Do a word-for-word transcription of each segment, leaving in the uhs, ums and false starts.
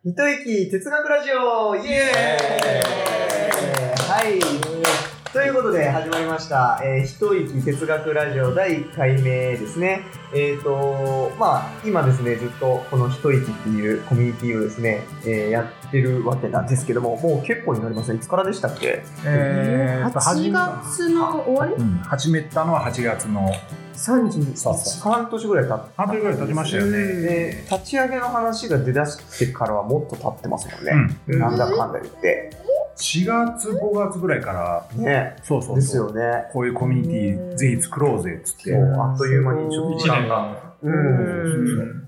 一息哲学ラジオイエーイはい。ということで始まりました、えー、一息哲学ラジオだいいっかいめですね。えっと、まあ、今ですね、ずっとこの一息っていうコミュニティをですね、えー、やってるわけなんですけども、もう結構になりますね。いつからでしたっけ？ えー、 はちがつの終わり？ うん、始めたのははちがつのさんじゅうにち。 そうそう。半年ぐらい経って。 半年ぐらい経ちましたよね。 で、立ち上げの話が出だしてからはもっと経ってますもんね。うん、なんだかんだ言って。 しがつ、ごがつぐらいから、 ね、 そうそうそう。 ですよね。 こういうコミュニティぜひ作ろうぜっつって。 あっという間にちょっと時間が、うん、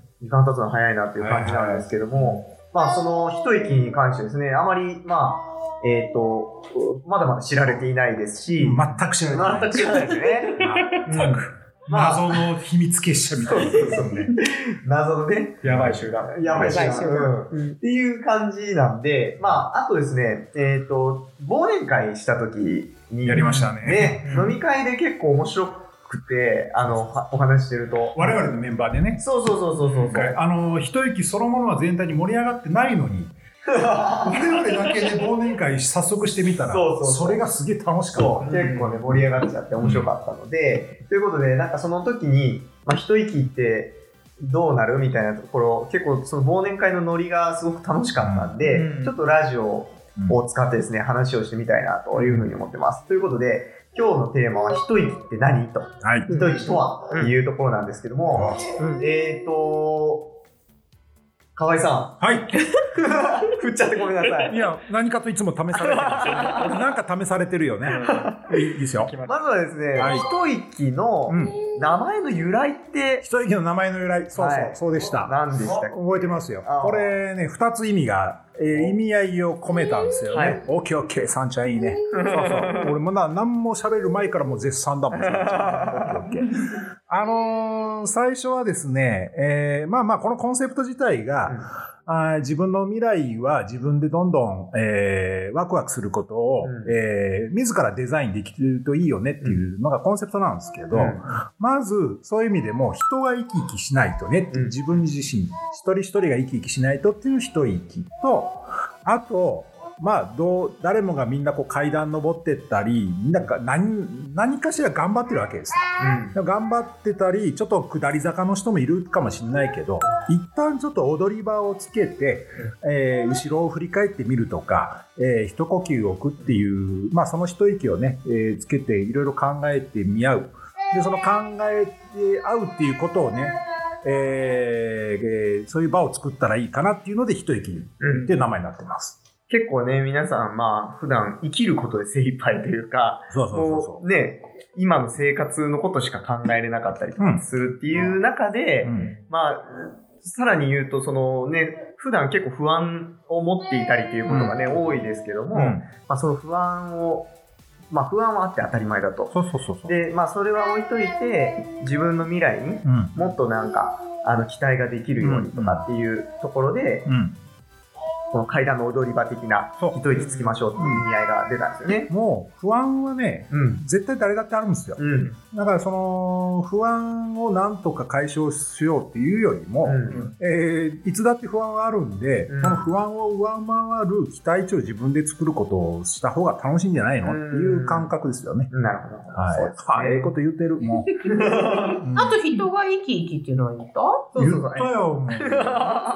時間経つの早いなっていう感じなんですけども、はいはい、まあその一息に関してですね、あまりまあえっとまだまだ知られていないですし、 全く知られてない。 全く知らないですよね。 全く。謎の秘密結社みたいな、ね、 謎のね、 やばい集団。 やばい集団。うん。っていう感じなんで、まあ、あとですね、えっと、忘年会した時に。 やりましたね。 ね、飲み会で結構面白くて、あの、お話してると。 我々のメンバーでね。 そうそうそうそうそう。 あの、一息そのものは全体に盛り上がってないのに、我々だけで忘年会早速してみたら、そうそうそう、それがすげえ楽しかった。 結構ね、盛り上がっちゃって面白かったので、うん、ということで、なんかその時に、まあ、一息ってどうなるみたいなところ、結構その忘年会のノリがすごく楽しかったんで、うん、ちょっとラジオを使ってですね、話をしてみたいなというふうに思ってます。うん、ということで、今日のテーマは一息って何と、はい、一息とはっていうところなんですけども、うん、えっと、河合さん。 はい。 振っちゃってごめんなさい。 いや、何かといつも試されてるんですよね。なんか試されてるよね。いいですよ。 まずはですね、はい、一息の名前の由来って。 一息の名前の由来。そうそう、はい、そうでした。 何でしたっけ？ 覚えてますよ。これね、二つ意味が、えー、意味合いを込めたんですよね。はい、オッケーオッケー、さんちゃんいいね。そうそう。俺もな、何も喋る前からもう絶賛だもん。オッケーオッケー。あのー、最初はですね、えー、まあまあ、このコンセプト自体が、うん、あ自分の未来は自分でどんどん、えー、ワクワクすることを、うん、えー、自らデザインできるといいよねっていうのがコンセプトなんですけど、うん、まずそういう意味でも人が生き生きしないとねっていう、自分自身、一人一人が生き生きしないとっていう一息と、あと、まあ、どう、誰もがみんなこう階段登ってったり、みんなが何、何かしら頑張ってるわけですよ。うん、頑張ってたり、ちょっと下り坂の人もいるかもしれないけど、一旦ちょっと踊り場をつけて、えー、後ろを振り返ってみるとか、えー、一呼吸を置くっていう、まあその一息をね、えー、つけていろいろ考えてみ合う。で、その考えて合うっていうことをね、えー、そういう場を作ったらいいかなっていうので一息っていう名前になってます。 結構ね、皆さん、まあ、普段生きることで精一杯というか、 そうそうそうそう。 ね、今の生活のことしか考えれなかったりとかするっていう中で、うんうん、まあ、さらに言うと、そのね、普段結構不安を持っていたりっていうことがね、うん、多いですけども、うん、まあ、その不安を、まあ、不安はあって当たり前だと。 そうそうそうそう。 で、まあ、それは置いといて、自分の未来にもっとなんか、あの、期待ができるようにとかっていうところで、うんうんこの階段の踊り場的な一息つきましょうっていう意味合いが出たんですよね。 もう不安はね、うん、絶対誰だってあるんですよ。うん、だからその不安をなんとか解消しようっていうよりも、うんえー、いつだって不安はあるんで、うん、その不安を上回る期待値を自分で作ることをした方が楽しいんじゃないの、うん、っていう感覚ですよね。 なるほど。 はい。あ、ええこと言ってる。もう。うん、 あと人が生き生きっていうのは言った？ そうそうそう。言ったよ。もう言ったよ。言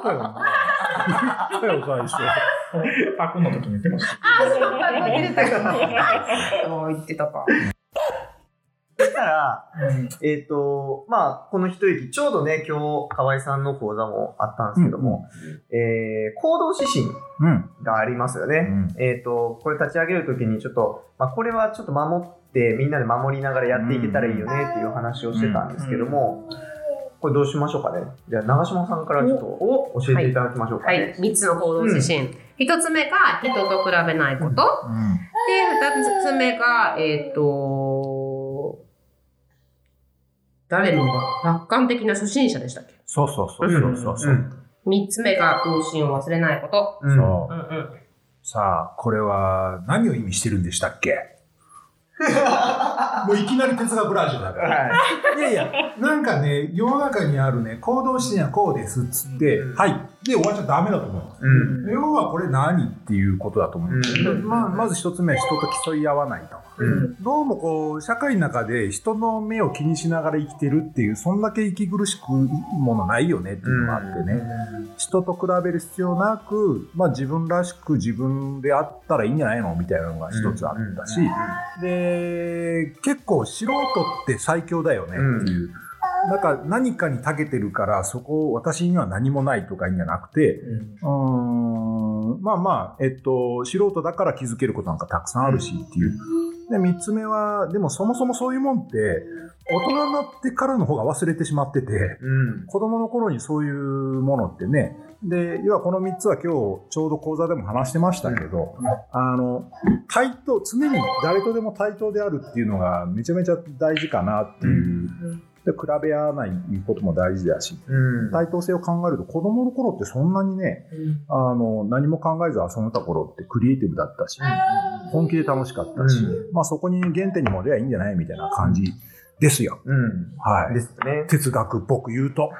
ったよ。 パクの時に言ってました。 あ、そうか、言ってたか。もう言ってたか。 そしたら、うん、えっと、まあ、この一息、ちょうどね、今日、河合さんの講座もあったんですけども、うんえー、行動指針がありますよね。うん、えっと、これ立ち上げるときにちょっと、まあ、これはちょっと守って、みんなで守りながらやっていけたらいいよねっていう話をしてたんですけども、うんうんこれどうしましょうかね。じゃあ長島さんからちょっと教えていただきましょうかね。 はい、はい、みっつの行動指針。一、うん、つ目が人と比べないこと。うん、で、二つ目が、えっと、誰もが楽観的な初心者でしたっけ？ そうそうそうそうそうそう、うん。 三つ目が初心を忘れないこと。 うん、そう、うんうん。さあ、これは何を意味してるんでしたっけ？もういきなり哲学ラジオだから。はい、いやいや、なんかね、世の中にあるね、行動指針はこうですっつって、うん、はい、 で終わっちゃダメだと思います。 うん、 要はこれ何っていうことだと思うんですけど、 うんまあ、まず一つ目は人と競い合わないと。 うん、 どうもこう社会の中で人の目を気にしながら生きてるっていうそんだけ息苦しくものないよねっていうのがあってね、うん、人と比べる必要なく、まあ、自分らしく自分であったらいいんじゃないのみたいなのが一つあったし、で結構素人って最強だよねっていう、うん、なんか何かに長けてるからそこ私には何もないとかいいんじゃなくて、うん、うーんまあまあえっと素人だから気づけることなんかたくさんあるしっていう。で三つ目はでもそもそもそういうもんって大人になってからの方が忘れてしまってて、うん、子供の頃にそういうものってねで要はこのみっつは今日ちょうど講座でも話してましたけど、うん、あの対等常に誰とでも対等であるっていうのがめちゃめちゃ大事かなっていう、うんで比べ合わないことも大事だし、うん、対等性を考えると子供の頃ってそんなにね、うん、あの何も考えず遊んだ頃ってクリエイティブだったし、うん、本気で楽しかったし、うん、まあそこに原点に戻りゃいいんじゃないみたいな感じですよ。 うん、 はい。 ですね。 哲学っぽく言うと。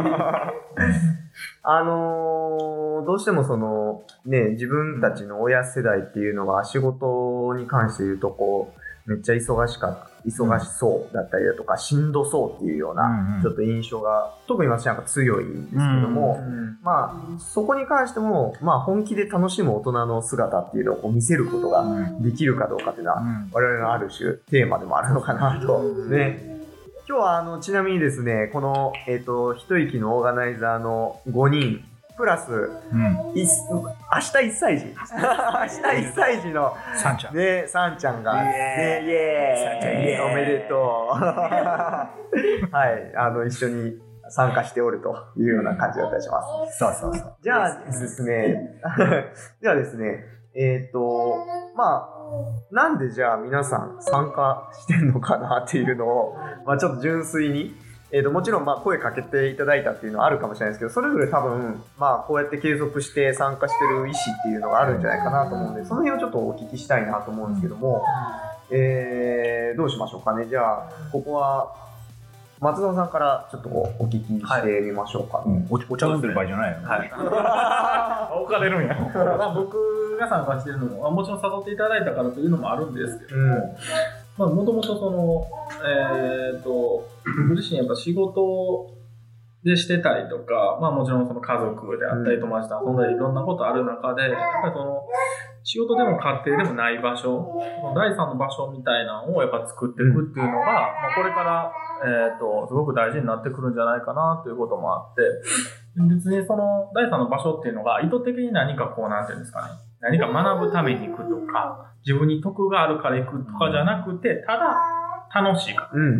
あのー、どうしてもそのね自分たちの親世代っていうのは仕事に関して言うとこうめっちゃ忙しかった。忙しそうだったりだとか、しんどそうっていうような、ちょっと印象が、特に私なんか強いんですけども、まあ、そこに関しても、まあ、本気で楽しむ大人の姿っていうのをこう見せることができるかどうかっていうのは、我々のある種、テーマでもあるのかなと。ね。今日は、あの、ちなみにですね、この、えっと、一息のオーガナイザーのごにん、プラス、うん、い明日いっさい児明日いっさい児のさんちゃんねさんちゃんがねイエーイおめでとうはいあの一緒に参加しておるというような感じだったりします。 そうそうそう。 じゃあですねじゃあですねえっとまあなんでじゃあ皆さん参加してんのかなっていうのをまあちょっと純粋にえーと、もちろんまあ声かけていただいたっていうのはあるかもしれないですけど、それぞれ多分まあこうやって継続して参加してる意思っていうのがあるんじゃないかなと思うんで、その辺をちょっとお聞きしたいなと思うんですけども、えー、どうしましょうかね。じゃあここは松園さんからちょっとお聞きしてみましょうか、ね。はい、 うん、お, お茶飲んでる場合じゃないよね。 はい。置かれるんや。まあ僕が参加してるのももちろん誘っていただいたからというのもあるんですけども。うんまあ、もともとその、えーと、僕自身やっぱ仕事でしてたりとか、まあもちろんその家族であったり友達と遊んだりいろんなことある中で、やっぱりその、仕事でも家庭でもない場所、第三の場所みたいなのをやっぱ作っていくっていうのが、まあこれから、えーと、すごく大事になってくるんじゃないかなということもあって、別にその第三の場所っていうのが意図的に何かこうなんていうんですかね、何か学ぶために行くとか、自分に得があるから行くとかじゃなくて、ただ楽しいから。うん。うん。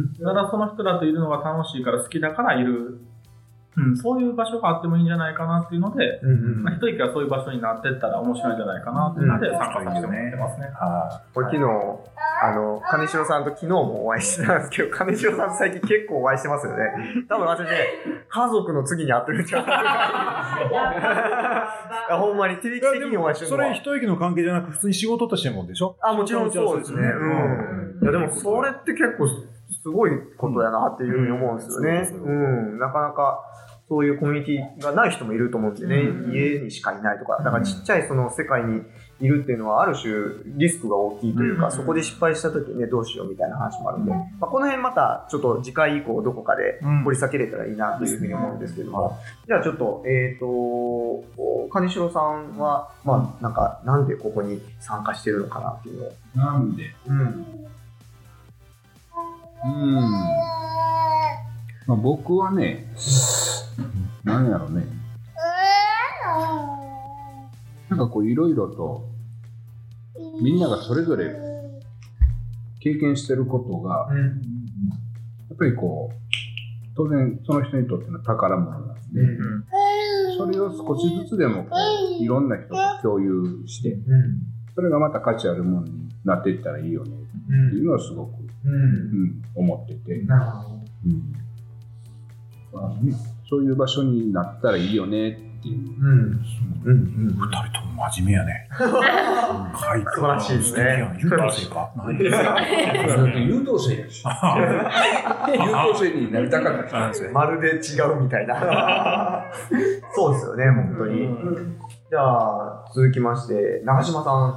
ただその人らといるのが楽しいから好きだからいる。うん。そういう場所があってもいいんじゃないかなっていうので、うんうんまあ、一息はそういう場所になっていったら面白いんじゃないかなっていうので参加させてもらってますね。 これ昨日、あの、金城さんと昨日もお会いしてたんですけど、金城さんと最近結構お会いしてますよね。多分私ね、家族の次に会ってるんちゃうかほんまに定期的にお会いしてるのは。それ一息の関係じゃなく普通に仕事としてもでしょ？ あ、もちろんそうですね。うん。いやでもそれって結構すごいことやなっていうふうに思うんですよね。うん。なかなかそういうコミュニティがない人もいると思うんでね、うん、家にしかいないとか、だからちっちゃいその世界にいるっていうのはある種リスクが大きいというか、うん、そこで失敗した時にねどうしようみたいな話もあるんで、うんまあ、この辺またちょっと次回以降どこかで掘り下げれたらいいなというふうに思うんですけども、うん、じゃあちょっとえっと金城さんはまあなんかなんでここに参加してるのかなっていうのをなんでうんうんまあ、僕はね何やろねなんかこういろいろとみんながそれぞれ経験してることが、うん、やっぱりこう当然その人にとっての宝物なんで、うん、それを少しずつでもこういろんな人と共有して、うん、それがまた価値あるものになっていったらいいよねっていうのはすごく、うんうん、思ってて、うんまあね、そういう場所になったらいいよねっていう、うんうんうん、 ふたりとも真面目やね。 素晴らしいですね。 優等生か。 優等生やし。優等生になりたかったんですよ。 まるで違うみたいな。そうですよね、本当に。じゃあ、続きまして、長島さん。 はい。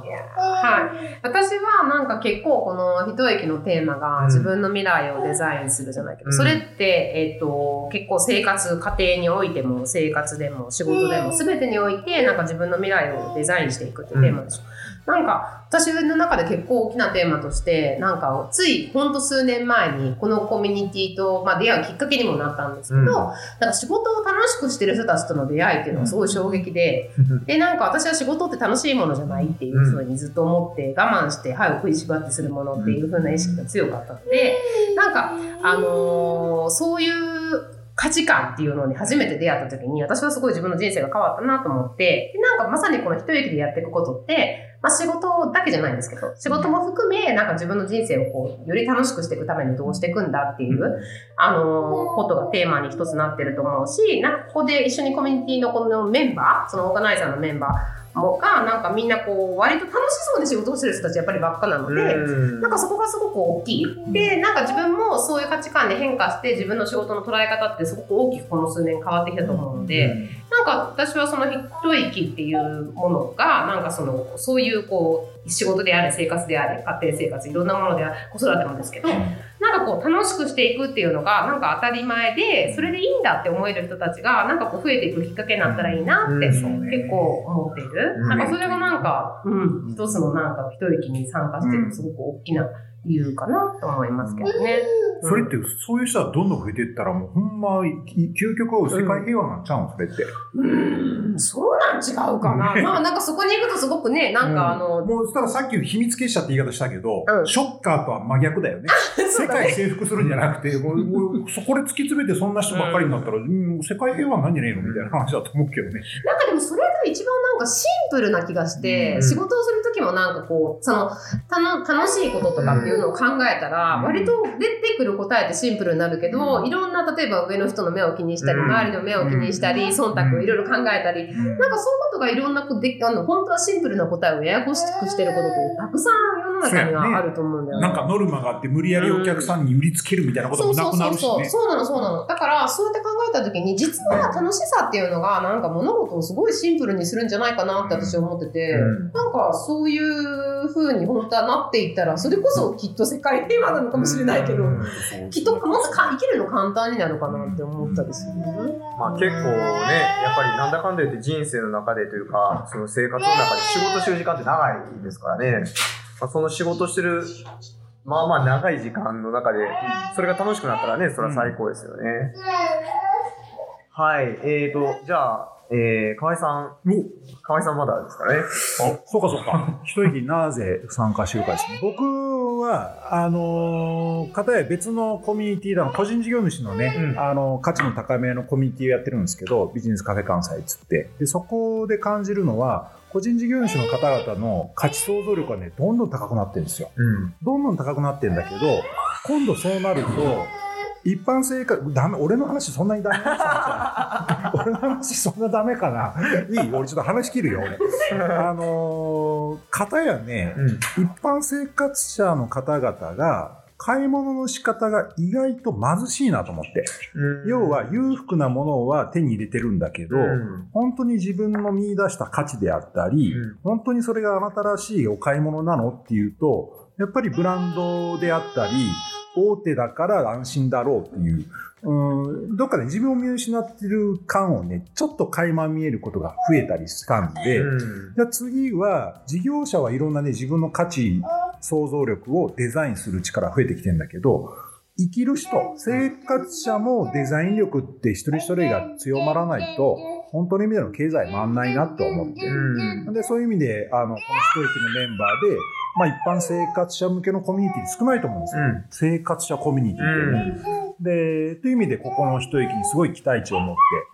私はなんか結構この一息のテーマが自分の未来をデザインするじゃないけど、うん、それって、えっと、結構生活、家庭においても生活でも仕事でも全てにおいてなんか自分の未来をデザインしていくっていうテーマでしょ。うん、なんか私の中で結構大きなテーマとして、なんかついほんと数年前にこのコミュニティと、まあ、出会うきっかけにもなったんですけど、うん、なんか仕事を楽しくしてる人たちとの出会いっていうのがすごい衝撃で、で、なんか私は仕事って楽しいものじゃないっていうふうにずっと思って我慢して歯を食いしばってするものっていうふうな意識が強かったので、なんか、あのー、そういう価値観っていうのに初めて出会った時に私はすごい自分の人生が変わったなと思って、でなんかまさにこの一息でやっていくことって、まあ仕事だけじゃないんですけど、仕事も含めなんか自分の人生をこうより楽しくしていくためにどうしていくんだっていう、あのー、ことがテーマに一つなってると思うし、なんかここで一緒にコミュニティのこのメンバー、そのオーガナイザーのメンバーもがなんかみんなこう割と楽しそうに仕事をしてる人たちやっぱりばっかなので、なんかそこがすごく大きい。で、なんか自分もそういう価値観に変化して自分の仕事の捉え方ってすごく大きくこの数年変わってきたと思うので、なんか私はその一息っていうものがなんかそのそういうこう仕事であれ生活であれ家庭生活いろんなものであれ子育てもですけど、なんかこう楽しくしていくっていうのがなんか当たり前で、それでいいんだって思える人たちがなんかこう増えていくきっかけになったらいいなって結構思っている。なんかそれがなんか、うん、一つのなんか一息に参加してるすごく大きな理由かなと思いますけどね。 それってそういう人はどんどん増えていったらもうほんま究極は世界平和なんちゃうん、それって。 うん、そうなん違うかな。まあなんかそこに行くとすごくね、なんかあの、 うん、もうそしたらさっきの秘密結社って言い方したけど、うん、ショッカーとは真逆だよね。世界征服するんじゃなくて、もうもうそこで突き詰めてそんな人ばっかりになったら、うん、世界平和なんじゃねえのみたいな話だと思うけどね。 なんかでもそれが一番なんかシンプルな気がして、うん、仕事をするときもなんかこう、その、たの楽しいこととかっていうのを考えたら、うん、割と出てくる答えってシンプルになるけど、うん、いろんな例えば上の人の目を気にしたり、うん、周りの目を気にしたり、忖度いろいろ考えたり、うん、なんかそういうことがいろんなであの本当はシンプルな答えをややこしくしてることってたくさん世の中にはあると思うんだよね。 なんかノルマがあって無理やりお客さんに売りつけるみたいなこともなくなるしね。 そうそうそうそう。そうなのそうなの。だからそうやって考えたときに実は楽しさっていうのがなんか物事をすごいシンプルにするんじゃないかなって私は思ってて、うん、なんかそういう風に本当はなっていったらそれこそきっと世界平和なのかもしれないけど、うん、きっともっとか生きるの簡単になるかなって思ったりする、ね。 まあ結構ね、やっぱりなんだかんだ言って人生の中でというか、その生活の中で仕事してる時間って長いですからね。まあ、その仕事してるまあまあ長い時間の中でそれが楽しくなったらね、それは最高ですよね。うん、はい、えーとじゃあ。えー、河合さん、河合さんまだですかね。 あ、そうかそうか。一息なぜ参加してるかですね。僕は、あのー、かたや別のコミュニティだの、個人事業主のね、うん、あの、価値の高めのコミュニティをやってるんですけど、ビジネスカフェ関西つって。で、そこで感じるのは、個人事業主の方々の価値想像力がね、どんどん高くなってるんですよ。うん、どんどん高くなってるんだけど、今度そうなると、一般生活、ダメ、俺の話そんなにダメな俺の話そんなダメかないい俺ちょっと話切るよ、俺。あのー、方やね、うん、一般生活者の方々が、買い物の仕方が意外と貧しいなと思って。うん、要は裕福なものは手に入れてるんだけど、うん、本当に自分の見出した価値であったり、うん、本当にそれがあなたらしいお買い物なのっていうと、やっぱりブランドであったり、大手だから安心だろうっていう、うん、どっかで自分を見失ってる感をね、ちょっと垣間見えることが増えたりしたんで、うん、じゃあ次は事業者はいろんなね、自分の価値、想像力をデザインする力増えてきてんだけど、生きる人、生活者もデザイン力って一人一人が強まらないと、本当の意味での経済回んないなと思ってる。うん、で、そういう意味で、あの、この一息のメンバーで、まあ一般生活者向けのコミュニティ少ないと思うんですよ。うん、生活者コミュニティってね。うん、で、という意味でここの一息にすごい期待値を持って、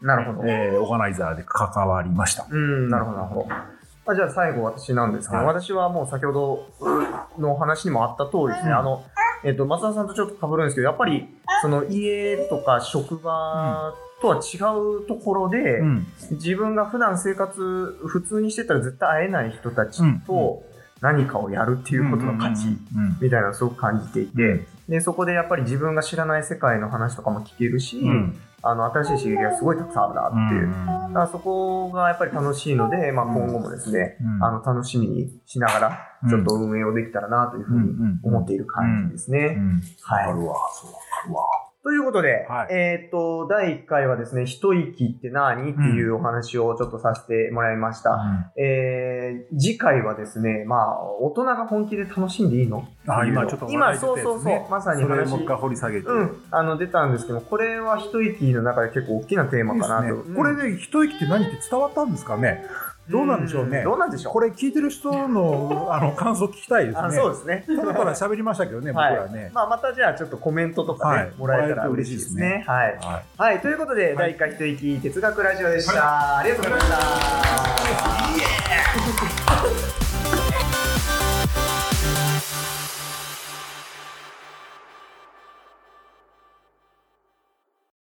なるほど。 えー、オーガナイザーで関わりました。 うん、なるほど、なるほど。まあ、じゃあ最後私なんですけど、はい、私はもう先ほどのお話にもあった通りですね、うん、あの、えっと、松田さんとちょっと被るんですけど、やっぱり、その家とか職場とは違うところで、うん、自分が普段生活普通にしてたら絶対会えない人たちと何かをやるっていうことの価値みたいなのをすごく感じていて、でそこでやっぱり自分が知らない世界の話とかも聞けるし、うん、あの新しい刺激がすごいたくさんあるなっていう、うん、だからそこがやっぱり楽しいので、まあ、今後もですね、うん、あの楽しみにしながらちょっと運営をできたらなというふうに思っている感じですね。はい。あるわ、そうあるわ。ということで、はい、えっと、だいいっかいはですね、一息って何っていうお話をちょっとさせてもらいました。うん、えー、次回はですね、まあ、大人が本気で楽しんでいいのあ、今ちょっと話題出てるやつね。今、そうそうそう、まさに話。それもう一回掘り下げて。 うん、あの、出たんですけど、これは一息の中で結構大きなテーマかなと。いいですね、 うん、これで一息って何って伝わったんですかね。どうなんでしょうね。 どうなんでしょう。 これ聞いてる人のあの感想聞きたいですね。 あ、そうですね。 ただただ喋りましたけどね、僕らね。 まあまたじゃあちょっとコメントとかね、もらえたら嬉しいですね。はい。はい。ということで、だいいっかい一息哲学ラジオでした。ありがとうございました。